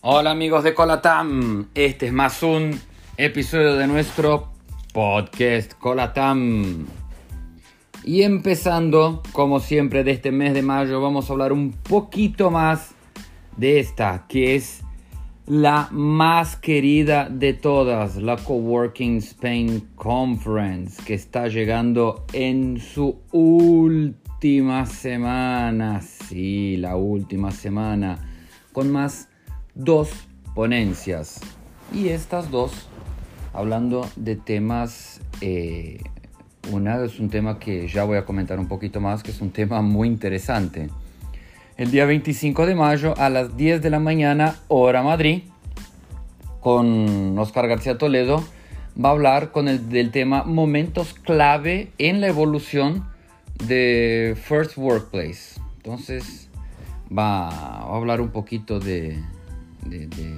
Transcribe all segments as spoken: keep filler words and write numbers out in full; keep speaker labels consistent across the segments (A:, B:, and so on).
A: Hola amigos de Colatam, este es más un episodio de nuestro podcast Colatam. Y empezando, como siempre, de este mes de mayo, vamos a hablar un poquito más de esta, que es la más querida de todas, la Coworking Spain Conference, que está llegando en su última semana. Sí, la última semana, con más dos ponencias. Y estas dos, hablando de temas... Eh, Una es un tema que ya voy a comentar un poquito más, que es un tema muy interesante. El día veinticinco de mayo a las diez de la mañana, hora Madrid, con Oscar García Toledo, va a hablar con el, del tema momentos clave en la evolución de First Workplace. Entonces va, va a hablar un poquito de, de, de,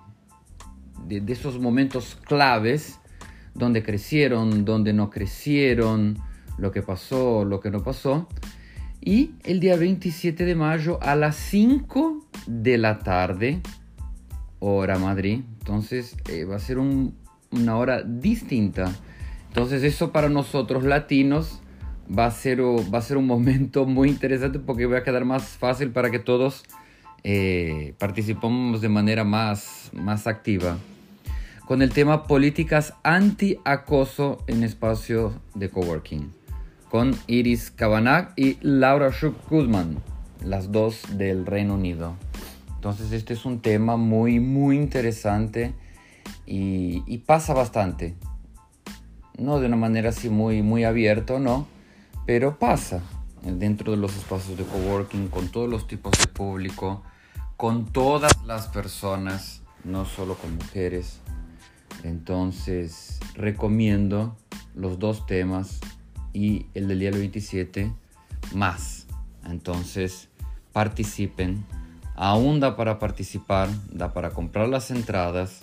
A: de, de esos momentos claves, donde crecieron, donde no crecieron, lo que pasó, lo que no pasó. Y el día veintisiete de mayo a las cinco de la tarde, hora Madrid. Entonces eh, va a ser un, una hora distinta. Entonces eso para nosotros latinos va a ser, va a ser un momento muy interesante, porque va a quedar más fácil para que todos eh, participemos de manera más, más activa, con el tema políticas anti-acoso en espacio de coworking, con Iris Kavanagh y Laura Shook Guzman, las dos del Reino Unido. Entonces este es un tema muy, muy interesante y, y pasa bastante. No de una manera así muy, muy abierta, ¿no? Pero pasa dentro de los espacios de coworking, con todos los tipos de público, con todas las personas, no solo con mujeres. Entonces recomiendo los dos temas y el del día veintisiete más. Entonces participen. Aún da para participar, da para comprar las entradas.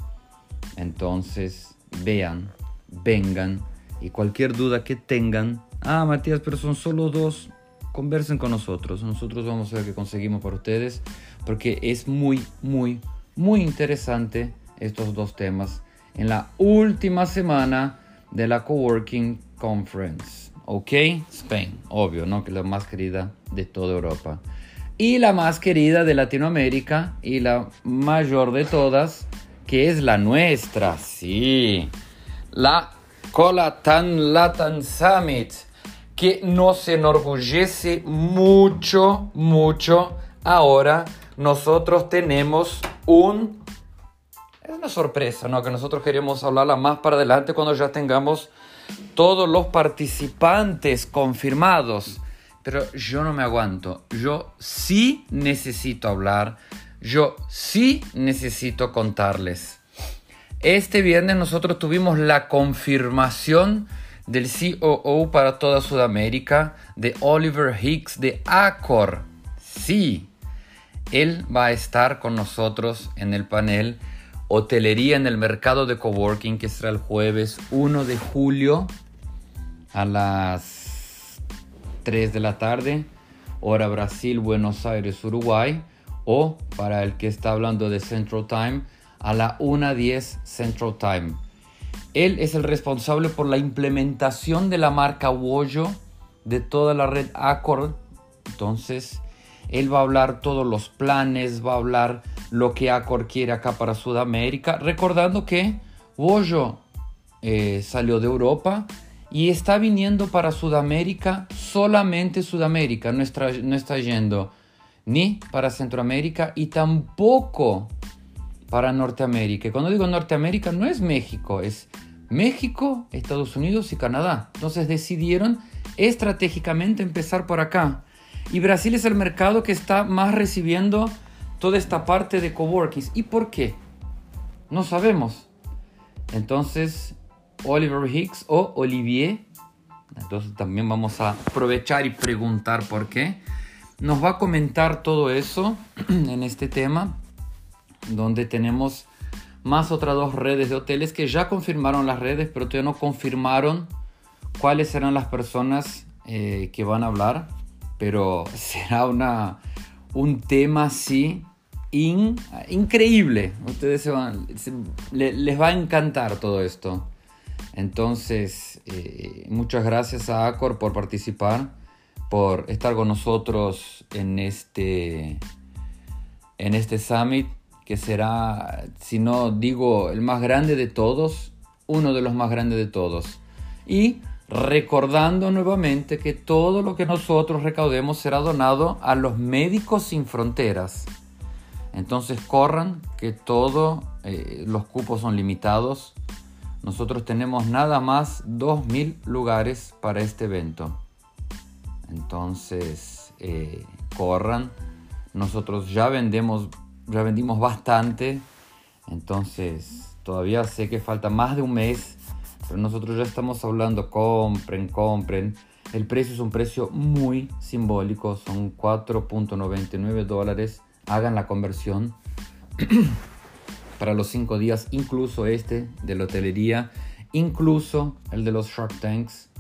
A: Entonces vean, vengan, y cualquier duda que tengan, ah Matías, pero son solo dos, conversen con nosotros. Nosotros vamos a ver qué conseguimos para ustedes, porque es muy, muy, muy interesante estos dos temas en la última semana de la Coworking Conference. Ok, Spain, obvio, ¿no? Que es la más querida de toda Europa. Y la más querida de Latinoamérica y la mayor de todas, que es la nuestra, sí. La Colatam Latam Summit, que nos enorgullece mucho, mucho. Ahora nosotros tenemos un... Es una sorpresa, ¿no? Que nosotros queremos hablarla más para adelante, cuando ya tengamos todos los participantes confirmados. Pero yo no me aguanto. Yo sí necesito hablar. Yo sí necesito contarles. Este viernes nosotros tuvimos la confirmación del C O O para toda Sudamérica, de Oliver Hicks de Accor. Sí, él va a estar con nosotros en el panel Hotelería en el mercado de coworking, que será el jueves uno de julio a las tres de la tarde, hora Brasil, Buenos Aires, Uruguay, o para el que está hablando de Central Time, a la una diez Central Time. Él es el responsable por la implementación de la marca Wojo de toda la red Accor. Entonces él va a hablar todos los planes, va a hablar lo que Accor quiere acá para Sudamérica, recordando que Wojo eh, salió de Europa y está viniendo para Sudamérica, solamente Sudamérica, no está, no está yendo ni para Centroamérica y tampoco para Norteamérica. Y cuando digo Norteamérica no es México, es México, Estados Unidos y Canadá. Entonces decidieron estratégicamente empezar por acá. Y Brasil es el mercado que está más recibiendo toda esta parte de coworkings. ¿Y por qué? No sabemos. Entonces, Oliver Hicks o Olivier, entonces también vamos a aprovechar y preguntar por qué, nos va a comentar todo eso en este tema, donde tenemos más otras dos redes de hoteles que ya confirmaron las redes, pero todavía no confirmaron cuáles serán las personas eh, que van a hablar. Pero será una, un tema así in, increíble. Ustedes se van, se, le, les va a encantar todo esto. Entonces, eh, muchas gracias a Accor por participar, por estar con nosotros en este, en este summit, que será, si no digo el más grande de todos, uno de los más grandes de todos. Y recordando nuevamente que todo lo que nosotros recaudemos será donado a los Médicos Sin Fronteras. Entonces corran, que todos eh, los cupos son limitados. Nosotros tenemos nada más dos mil lugares para este evento. Entonces eh, corran. Nosotros ya vendemos, ya vendimos bastante. Entonces todavía sé que falta más de un mes. Pero nosotros ya estamos hablando, compren, compren. El precio es un precio muy simbólico. Son cuatro punto noventa y nueve dólares. Hagan la conversión. Para los cinco días, incluso este de la hotelería, incluso el de los Shark Tanks,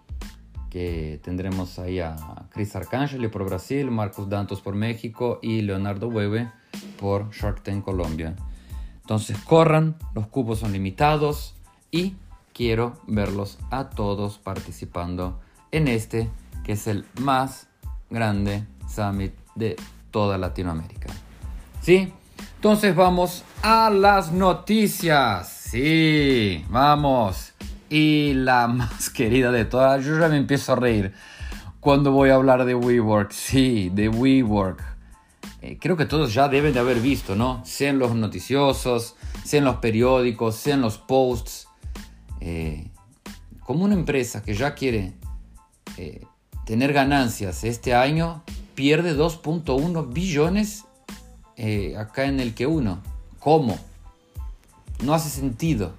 A: que tendremos ahí a Chris Arcangeli por Brasil, Marcos Dantos por México y Leonardo Webe por Shark Tank Colombia. Entonces corran, los cupos son limitados y quiero verlos a todos participando en este, que es el más grande summit de toda Latinoamérica. ¿Sí? Entonces vamos a las noticias. Sí, vamos. Y la más querida de todas, yo ya me empiezo a reír cuando voy a hablar de WeWork. Sí, de WeWork. Eh, creo que todos ya deben de haber visto, ¿no? Sea en los noticiosos, sea en los periódicos, sea en los posts. Eh, como una empresa que ya quiere eh, tener ganancias este año, pierde dos punto uno billones Eh, acá en el Q uno. ¿Cómo? No hace sentido.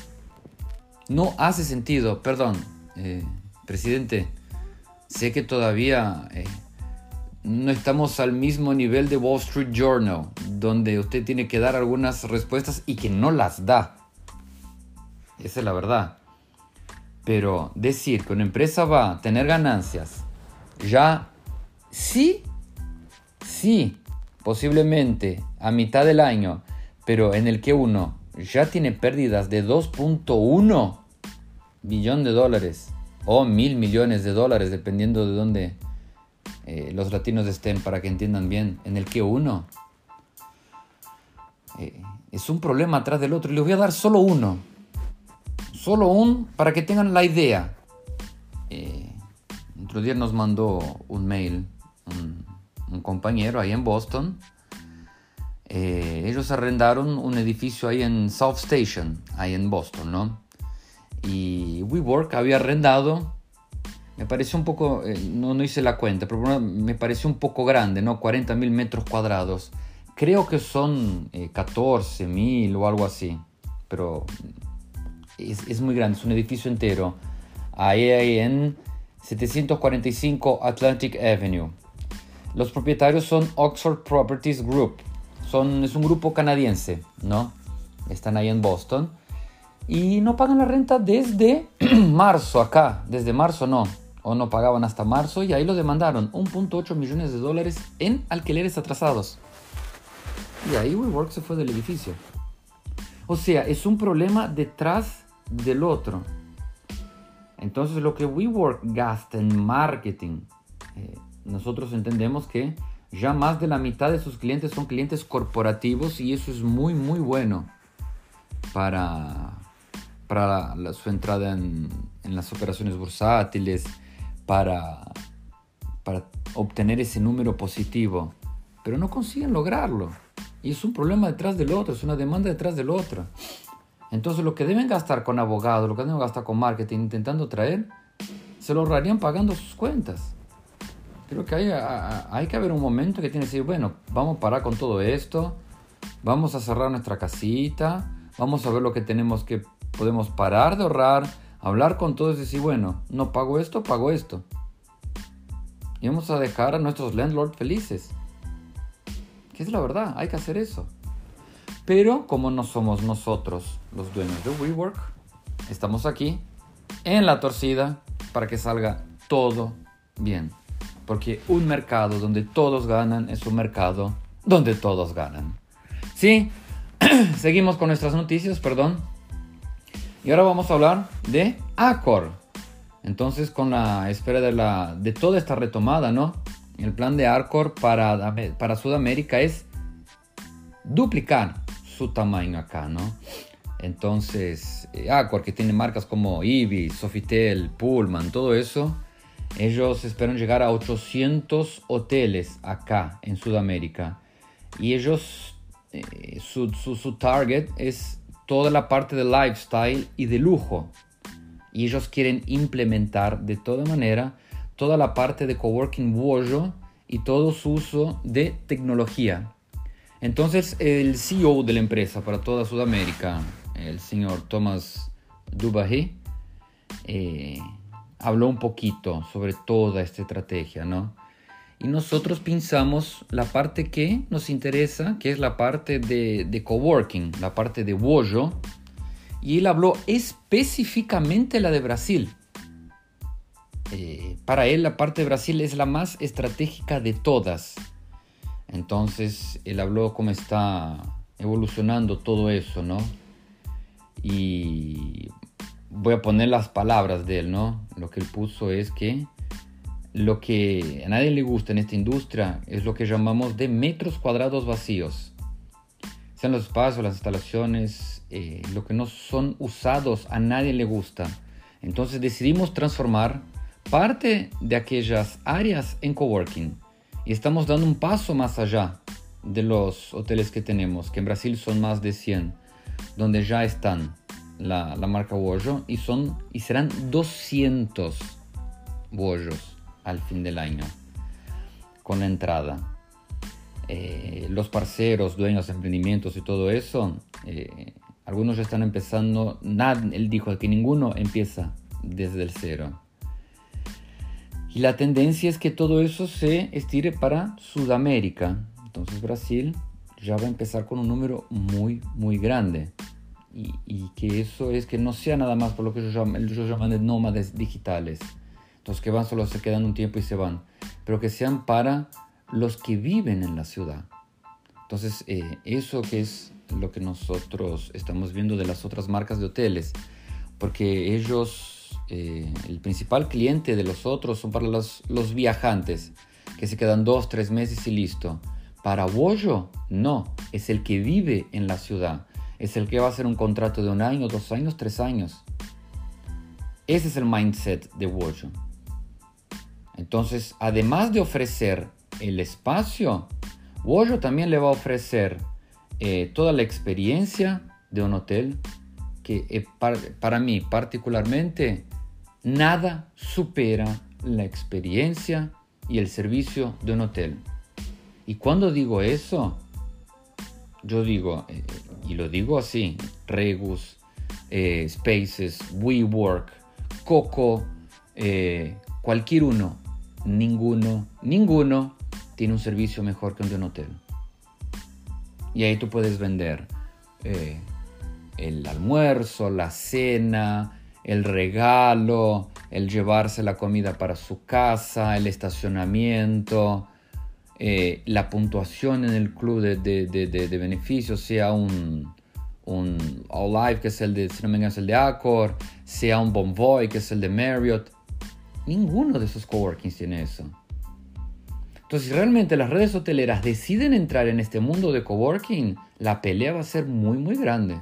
A: No hace sentido. Perdón, eh, presidente. Sé que todavía eh, no estamos al mismo nivel de Wall Street Journal, donde usted tiene que dar algunas respuestas y que no las da. Esa es la verdad. Pero decir que una empresa va a tener ganancias ya sí, sí, posiblemente a mitad del año, pero en el Q uno ya tiene pérdidas de dos punto uno billón de dólares o mil millones de dólares, dependiendo de dónde eh, los latinos estén, para que entiendan bien. En el Q uno eh, es un problema atrás del otro, y les voy a dar solo uno, solo un para que tengan la idea. Eh, otro día nos mandó un mail un un compañero ahí en Boston. Eh, ellos arrendaron un edificio ahí en South Station, ahí en Boston, ¿no? Y WeWork había arrendado, me pareció un poco, eh, no, no hice la cuenta, pero me pareció un poco grande, ¿no? cuarenta mil metros cuadrados. Creo que son eh, catorce mil o algo así, pero es, es muy grande, es un edificio entero. Ahí, ahí en setecientos cuarenta y cinco Atlantic Avenue. Los propietarios son Oxford Properties Group. Son, es un grupo canadiense, ¿no? Están ahí en Boston. Y no pagan la renta desde marzo acá. Desde marzo no. O no pagaban hasta marzo y ahí lo demandaron. uno punto ocho millones de dólares en alquileres atrasados. Y ahí WeWork se fue del edificio. O sea, es un problema detrás del otro. Entonces lo que WeWork gasta en marketing... Eh, nosotros entendemos que ya más de la mitad de sus clientes son clientes corporativos, y eso es muy muy bueno para, para la, la, su entrada en, en las operaciones bursátiles, para, para obtener ese número positivo, pero no consiguen lograrlo, y es un problema detrás del otro, es una demanda detrás del otro. Entonces lo que deben gastar con abogados, lo que deben gastar con marketing intentando traer, se lo ahorrarían pagando sus cuentas. Creo que hay, hay que haber un momento que tiene que decir, bueno, vamos a parar con todo esto, vamos a cerrar nuestra casita, vamos a ver lo que tenemos que, podemos parar de ahorrar, hablar con todos y decir, bueno, no pago esto, pago esto. Y vamos a dejar a nuestros landlords felices. Que es la verdad, hay que hacer eso. Pero como no somos nosotros los dueños de WeWork, estamos aquí en la torcida para que salga todo bien. Porque un mercado donde todos ganan es un mercado donde todos ganan. Sí, seguimos con nuestras noticias, perdón. Y ahora vamos a hablar de Accor. Entonces, con la espera de, la, de toda esta retomada, ¿no? El plan de Accor para, para Sudamérica es duplicar su tamaño acá, ¿no? Entonces, Accor, que tiene marcas como Ibis, Sofitel, Pullman, todo eso, ellos esperan llegar a ochocientos hoteles acá en Sudamérica. Y ellos, eh, su, su, su target es toda la parte de lifestyle y de lujo. Y ellos quieren implementar de toda manera toda la parte de coworking Wojo y todo su uso de tecnología. Entonces, el C E O de la empresa para toda Sudamérica, el señor Thomas Dubahi, eh, habló un poquito sobre toda esta estrategia, ¿no? Y nosotros pensamos la parte que nos interesa, que es la parte de, de coworking, la parte de Wojo, y él habló específicamente la de Brasil. Eh, para él la parte de Brasil es la más estratégica de todas. Entonces él habló cómo está evolucionando todo eso, ¿no? Y voy a poner las palabras de él, ¿no? Lo que él puso es que lo que a nadie le gusta en esta industria es lo que llamamos de metros cuadrados vacíos. Sean los espacios, las instalaciones, eh, lo que no son usados, a nadie le gusta. Entonces decidimos transformar parte de aquellas áreas en coworking. Y estamos dando un paso más allá de los hoteles que tenemos, que en Brasil son más de cien, donde ya están la, la marca Wojo, y, son, y serán doscientos Wojos al fin del año, con la entrada. Eh, los parceros, dueños de emprendimientos y todo eso, eh, algunos ya están empezando, nada, él dijo que ninguno empieza desde el cero. Y la tendencia es que todo eso se estire para Sudamérica. Entonces Brasil ya va a empezar con un número muy, muy grande. Y, y que eso es que no sea nada más por lo que ellos llaman, ellos llaman de nómades digitales. Entonces que van, solo se quedan un tiempo y se van. Pero que sean para los que viven en la ciudad. Entonces eh, eso que es lo que nosotros estamos viendo de las otras marcas de hoteles. Porque ellos... Eh, el principal cliente de los otros son para los, los viajantes que se quedan dos, tres meses y listo. Para Wojo, no, es el que vive en la ciudad, es el que va a hacer un contrato de un año, dos años, tres años. Ese es el mindset de Wojo. Entonces, además de ofrecer el espacio, Wojo también le va a ofrecer eh, toda la experiencia de un hotel que eh, para, para mí particularmente nada supera la experiencia y el servicio de un hotel. Y cuando digo eso, yo digo, eh, y lo digo así, Regus, eh, Spaces, WeWork, Coco, eh, cualquier uno, ninguno, ninguno tiene un servicio mejor que el de un hotel. Y ahí tú puedes vender eh, el almuerzo, la cena, el regalo, el llevarse la comida para su casa, el estacionamiento, eh, la puntuación en el club de, de, de, de, de beneficios, sea un, un All Life, que es el de, si no me engaño, es el de Accor, sea un Bonvoy, que es el de Marriott. Ninguno de esos coworkings tiene eso. Entonces, si realmente las redes hoteleras deciden entrar en este mundo de coworking, la pelea va a ser muy, muy grande.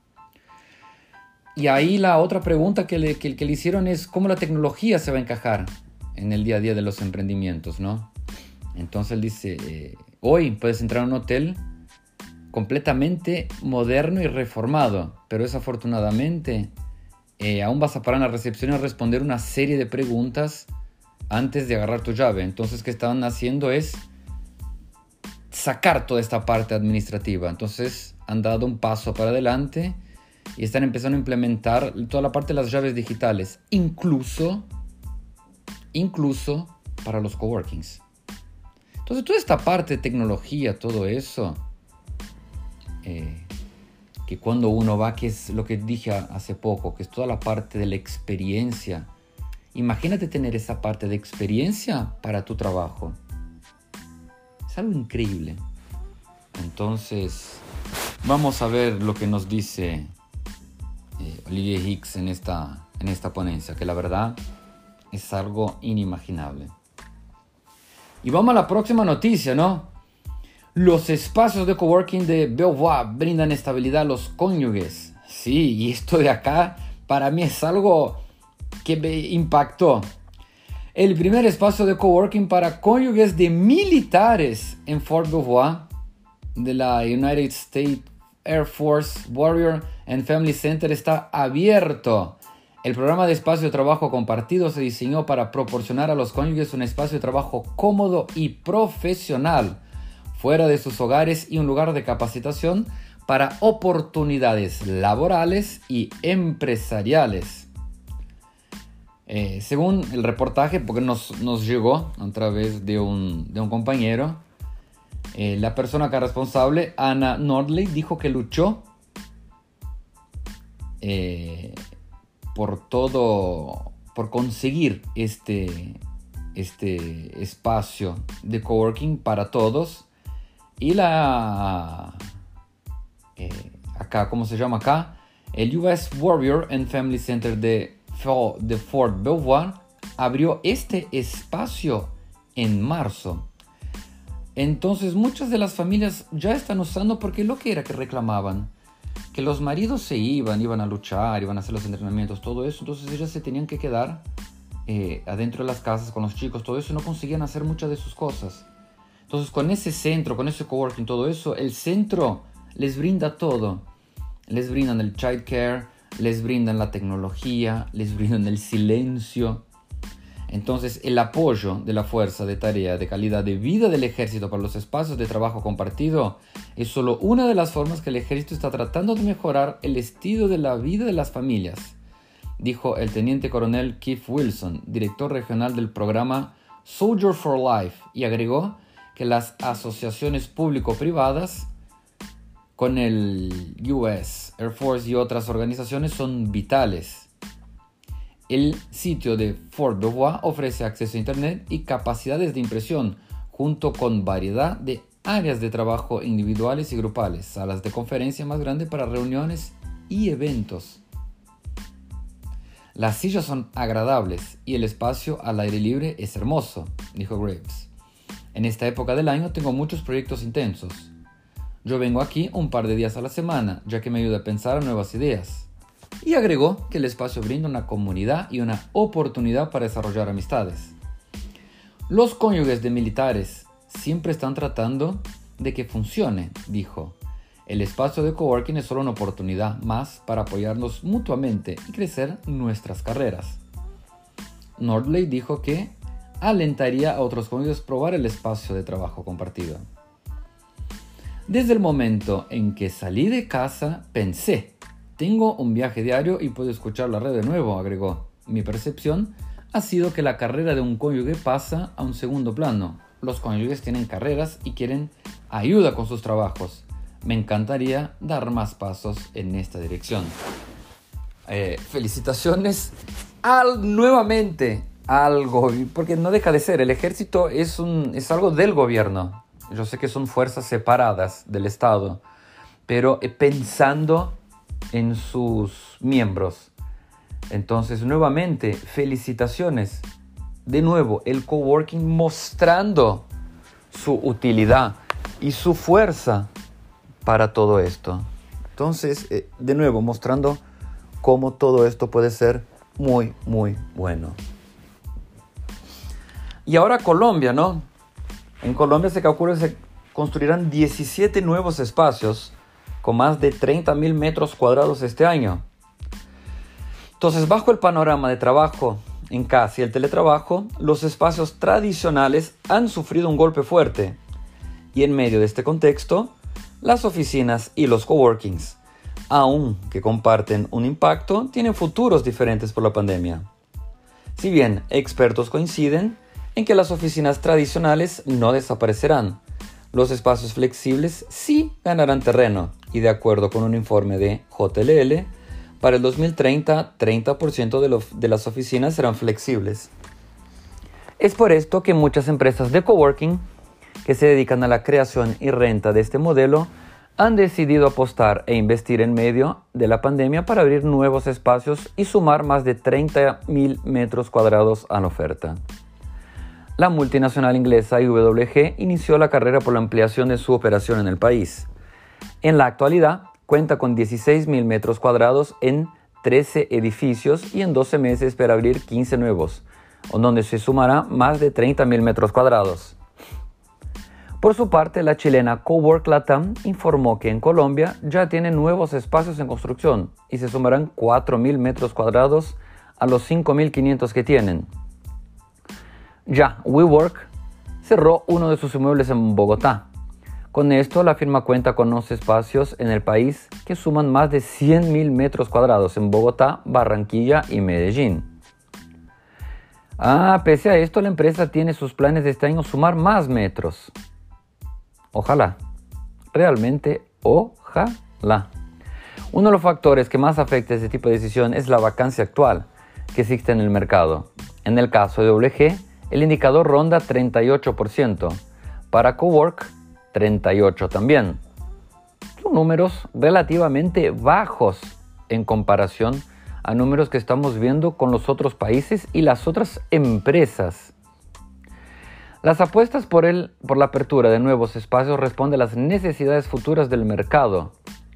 A: Y ahí la otra pregunta que le, que, que le hicieron es cómo la tecnología se va a encajar en el día a día de los emprendimientos, ¿no? Entonces él dice, eh, hoy puedes entrar a un hotel completamente moderno y reformado, pero desafortunadamente eh, aún vas a parar en la recepción a responder una serie de preguntas antes de agarrar tu llave. Entonces, ¿qué estaban haciendo? Es sacar toda esta parte administrativa. Entonces han dado un paso para adelante y están empezando a implementar toda la parte de las llaves digitales, incluso, incluso para los coworkings. Entonces, toda esta parte de tecnología, todo eso, eh, que cuando uno va, que es lo que dije hace poco, que es toda la parte de la experiencia. Imagínate tener esa parte de experiencia para tu trabajo. Es algo increíble. Entonces, vamos a ver lo que nos dice eh, Olivier Hicks en esta, en esta ponencia, que la verdad es algo inimaginable. Y vamos a la próxima noticia, ¿no? Los espacios de coworking de Beauvoir brindan estabilidad a los cónyuges. Sí, y esto de acá para mí es algo que me impactó. El primer espacio de coworking para cónyuges de militares en Fort Beauvoir de la United States Air Force Warrior and Family Center está abierto. El programa de espacio de trabajo compartido se diseñó para proporcionar a los cónyuges un espacio de trabajo cómodo y profesional fuera de sus hogares y un lugar de capacitación para oportunidades laborales y empresariales. Eh, según el reportaje, porque nos, nos llegó a través de un, de un compañero, eh, la persona acá responsable, Anna Nordley, dijo que luchó eh, por todo, por conseguir este, este espacio de coworking para todos. Y la, eh, acá, ¿cómo se llama acá? El U S Warrior and Family Center de, de Fort Beauvoir abrió este espacio en marzo. Entonces muchas de las familias ya están usando, porque lo que era que reclamaban, que los maridos se iban, iban a luchar, iban a hacer los entrenamientos, todo eso. Entonces ellas se tenían que quedar eh, adentro de las casas con los chicos, todo eso, y no conseguían hacer muchas de sus cosas. Entonces con ese centro, con ese coworking, todo eso, el centro les brinda todo. Les brindan el childcare, les brindan la tecnología, les brindan el silencio. Entonces el apoyo de la fuerza de tarea de calidad de vida del ejército para los espacios de trabajo compartido es solo una de las formas que el ejército está tratando de mejorar el estilo de la vida de las familias, dijo el teniente coronel Keith Wilson, director regional del programa Soldier for Life, y agregó que las asociaciones público-privadas con el U S Air Force y otras organizaciones son vitales. El sitio de Fort Beauvoir ofrece acceso a internet y capacidades de impresión, junto con variedad de áreas de trabajo individuales y grupales, salas de conferencia más grandes para reuniones y eventos. Las sillas son agradables y el espacio al aire libre es hermoso, dijo Graves. En esta época del año tengo muchos proyectos intensos. Yo vengo aquí un par de días a la semana, ya que me ayuda a pensar en nuevas ideas. Y agregó que el espacio brinda una comunidad y una oportunidad para desarrollar amistades. Los cónyuges de militares siempre están tratando de que funcione, dijo. El espacio de coworking es solo una oportunidad más para apoyarnos mutuamente y crecer nuestras carreras. Nordley dijo que alentaría a otros cónyuges a probar el espacio de trabajo compartido. Desde el momento en que salí de casa, pensé, tengo un viaje diario y puedo escuchar la red de nuevo, agregó. Mi percepción ha sido que la carrera de un cónyuge pasa a un segundo plano. Los cónyuges tienen carreras y quieren ayuda con sus trabajos. Me encantaría dar más pasos en esta dirección. Eh, felicitaciones al, nuevamente al gobierno, porque no deja de ser, el ejército es, un, es algo del gobierno. Yo sé que son fuerzas separadas del Estado, pero eh, pensando en sus miembros. Entonces, nuevamente, felicitaciones. De nuevo, el coworking mostrando su utilidad y su fuerza para todo esto. Entonces, eh, de nuevo, mostrando cómo todo esto puede ser muy, muy bueno. Y ahora Colombia, ¿no? En Colombia se calcula que se construirán diecisiete nuevos espacios con más de treinta mil metros cuadrados este año. Entonces, bajo el panorama de trabajo en casa y el teletrabajo, los espacios tradicionales han sufrido un golpe fuerte. Y en medio de este contexto, las oficinas y los coworkings, aunque comparten un impacto, tienen futuros diferentes por la pandemia. Si bien expertos coinciden en que las oficinas tradicionales no desaparecerán, los espacios flexibles sí ganarán terreno, y de acuerdo con un informe de J L L, para el dos mil treinta, treinta por ciento de, lo, de las oficinas serán flexibles. Es por esto que muchas empresas de coworking que se dedican a la creación y renta de este modelo han decidido apostar e investir en medio de la pandemia para abrir nuevos espacios y sumar más de treinta mil metros cuadrados a la oferta. La multinacional inglesa I W G inició la carrera por la ampliación de su operación en el país. En la actualidad, cuenta con dieciséis mil metros cuadrados en trece edificios y en doce meses espera abrir quince nuevos, donde se sumará más de treinta mil metros cuadrados. Por su parte, la chilena Cowork Latam informó que en Colombia ya tiene nuevos espacios en construcción y se sumarán cuatro mil metros cuadrados a los cinco mil quinientos que tienen. Ya, WeWork cerró uno de sus inmuebles en Bogotá. Con esto, la firma cuenta con once espacios en el país que suman más de cien mil metros cuadrados en Bogotá, Barranquilla y Medellín. Ah, pese a esto, la empresa tiene sus planes de este año sumar más metros. Ojalá, realmente ojalá. Uno de los factores que más afecta a este tipo de decisión es la vacancia actual que existe en el mercado. En el caso de W G, el indicador ronda treinta y ocho por ciento. Para Cowork, treinta y ocho por ciento también. Son números relativamente bajos en comparación a números que estamos viendo con los otros países y las otras empresas. Las apuestas por, el, por la apertura de nuevos espacios responden a las necesidades futuras del mercado.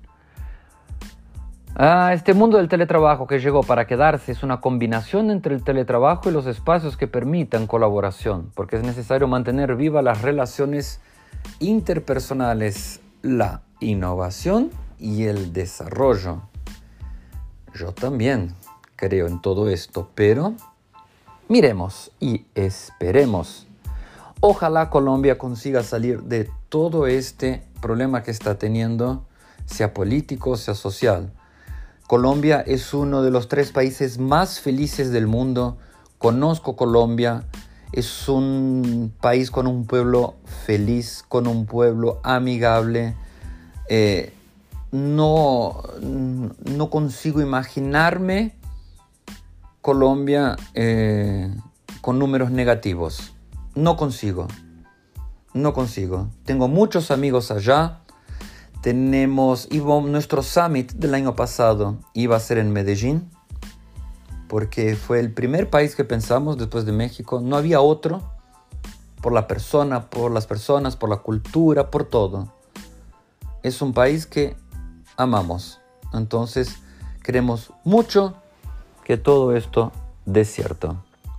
A: Ah, este mundo del teletrabajo que llegó para quedarse es una combinación entre el teletrabajo y los espacios que permitan colaboración, porque es necesario mantener vivas las relaciones interpersonales, la innovación y el desarrollo. Yo también creo en todo esto, pero miremos y esperemos. Ojalá Colombia consiga salir de todo este problema que está teniendo, sea político, sea social. Colombia es uno de los tres países más felices del mundo. Conozco Colombia. Es un país con un pueblo feliz, con un pueblo amigable. Eh, no, no consigo imaginarme Colombia eh, con números negativos. No consigo, no consigo. Tengo muchos amigos allá. Tenemos, iba, nuestro summit del año pasado iba a ser en Medellín, porque fue el primer país que pensamos después de México. No había otro, por la persona, por las personas, por la cultura, por todo. Es un país que amamos. Entonces, queremos mucho que todo esto dé cierto.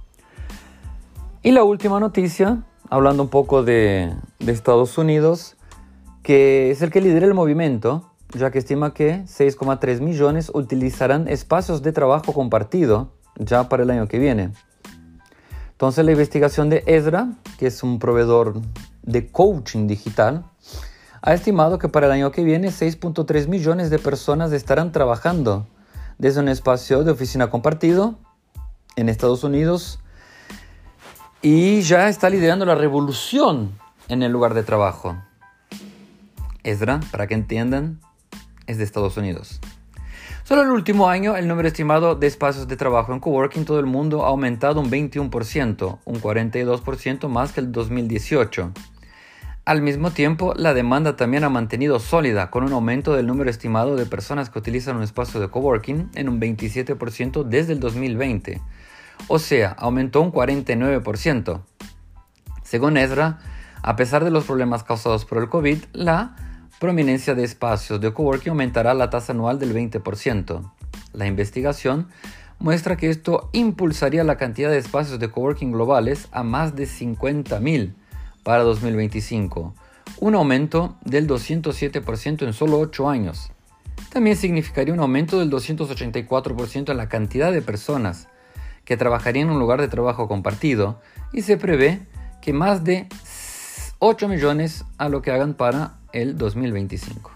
A: Y la última noticia, hablando un poco de, de Estados Unidos, que es el que lidera el movimiento, ya que estima que seis coma tres millones utilizarán espacios de trabajo compartido ya para el año que viene. Entonces la investigación de Ezra, que es un proveedor de coaching digital, ha estimado que para el año que viene seis coma tres millones de personas estarán trabajando desde un espacio de oficina compartido en Estados Unidos y ya está liderando la revolución en el lugar de trabajo. Ezra, para que entiendan, es de Estados Unidos. Solo el último año, el número estimado de espacios de trabajo en coworking en todo el mundo ha aumentado un veintiuno por ciento, un cuarenta y dos por ciento más que el dos mil dieciocho. Al mismo tiempo, la demanda también ha mantenido sólida, con un aumento del número estimado de personas que utilizan un espacio de coworking en un veintisiete por ciento desde el dos mil veinte. O sea, aumentó un cuarenta y nueve por ciento. Según Ezra, a pesar de los problemas causados por el COVID, la prominencia de espacios de coworking aumentará la tasa anual del veinte por ciento. La investigación muestra que esto impulsaría la cantidad de espacios de coworking globales a más de cincuenta mil para dos mil veinticinco, un aumento del doscientos siete por ciento en solo ocho años. También significaría un aumento del doscientos ochenta y cuatro por ciento en la cantidad de personas que trabajarían en un lugar de trabajo compartido, y se prevé que más de ocho millones a lo que hagan para el dos mil veinticinco.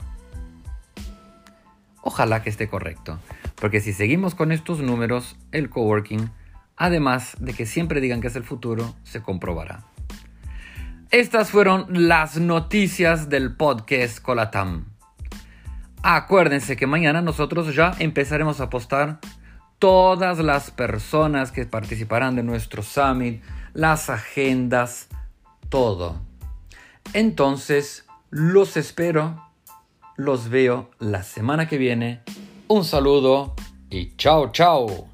A: Ojalá que esté correcto, porque si seguimos con estos números, el coworking, además de que siempre digan que es el futuro, se comprobará. Estas fueron las noticias del podcast Colatam. Acuérdense que mañana nosotros ya empezaremos a postar todas las personas que participarán de nuestro summit, las agendas, todo. Entonces, los espero, los veo la semana que viene. Un saludo y chao, chao.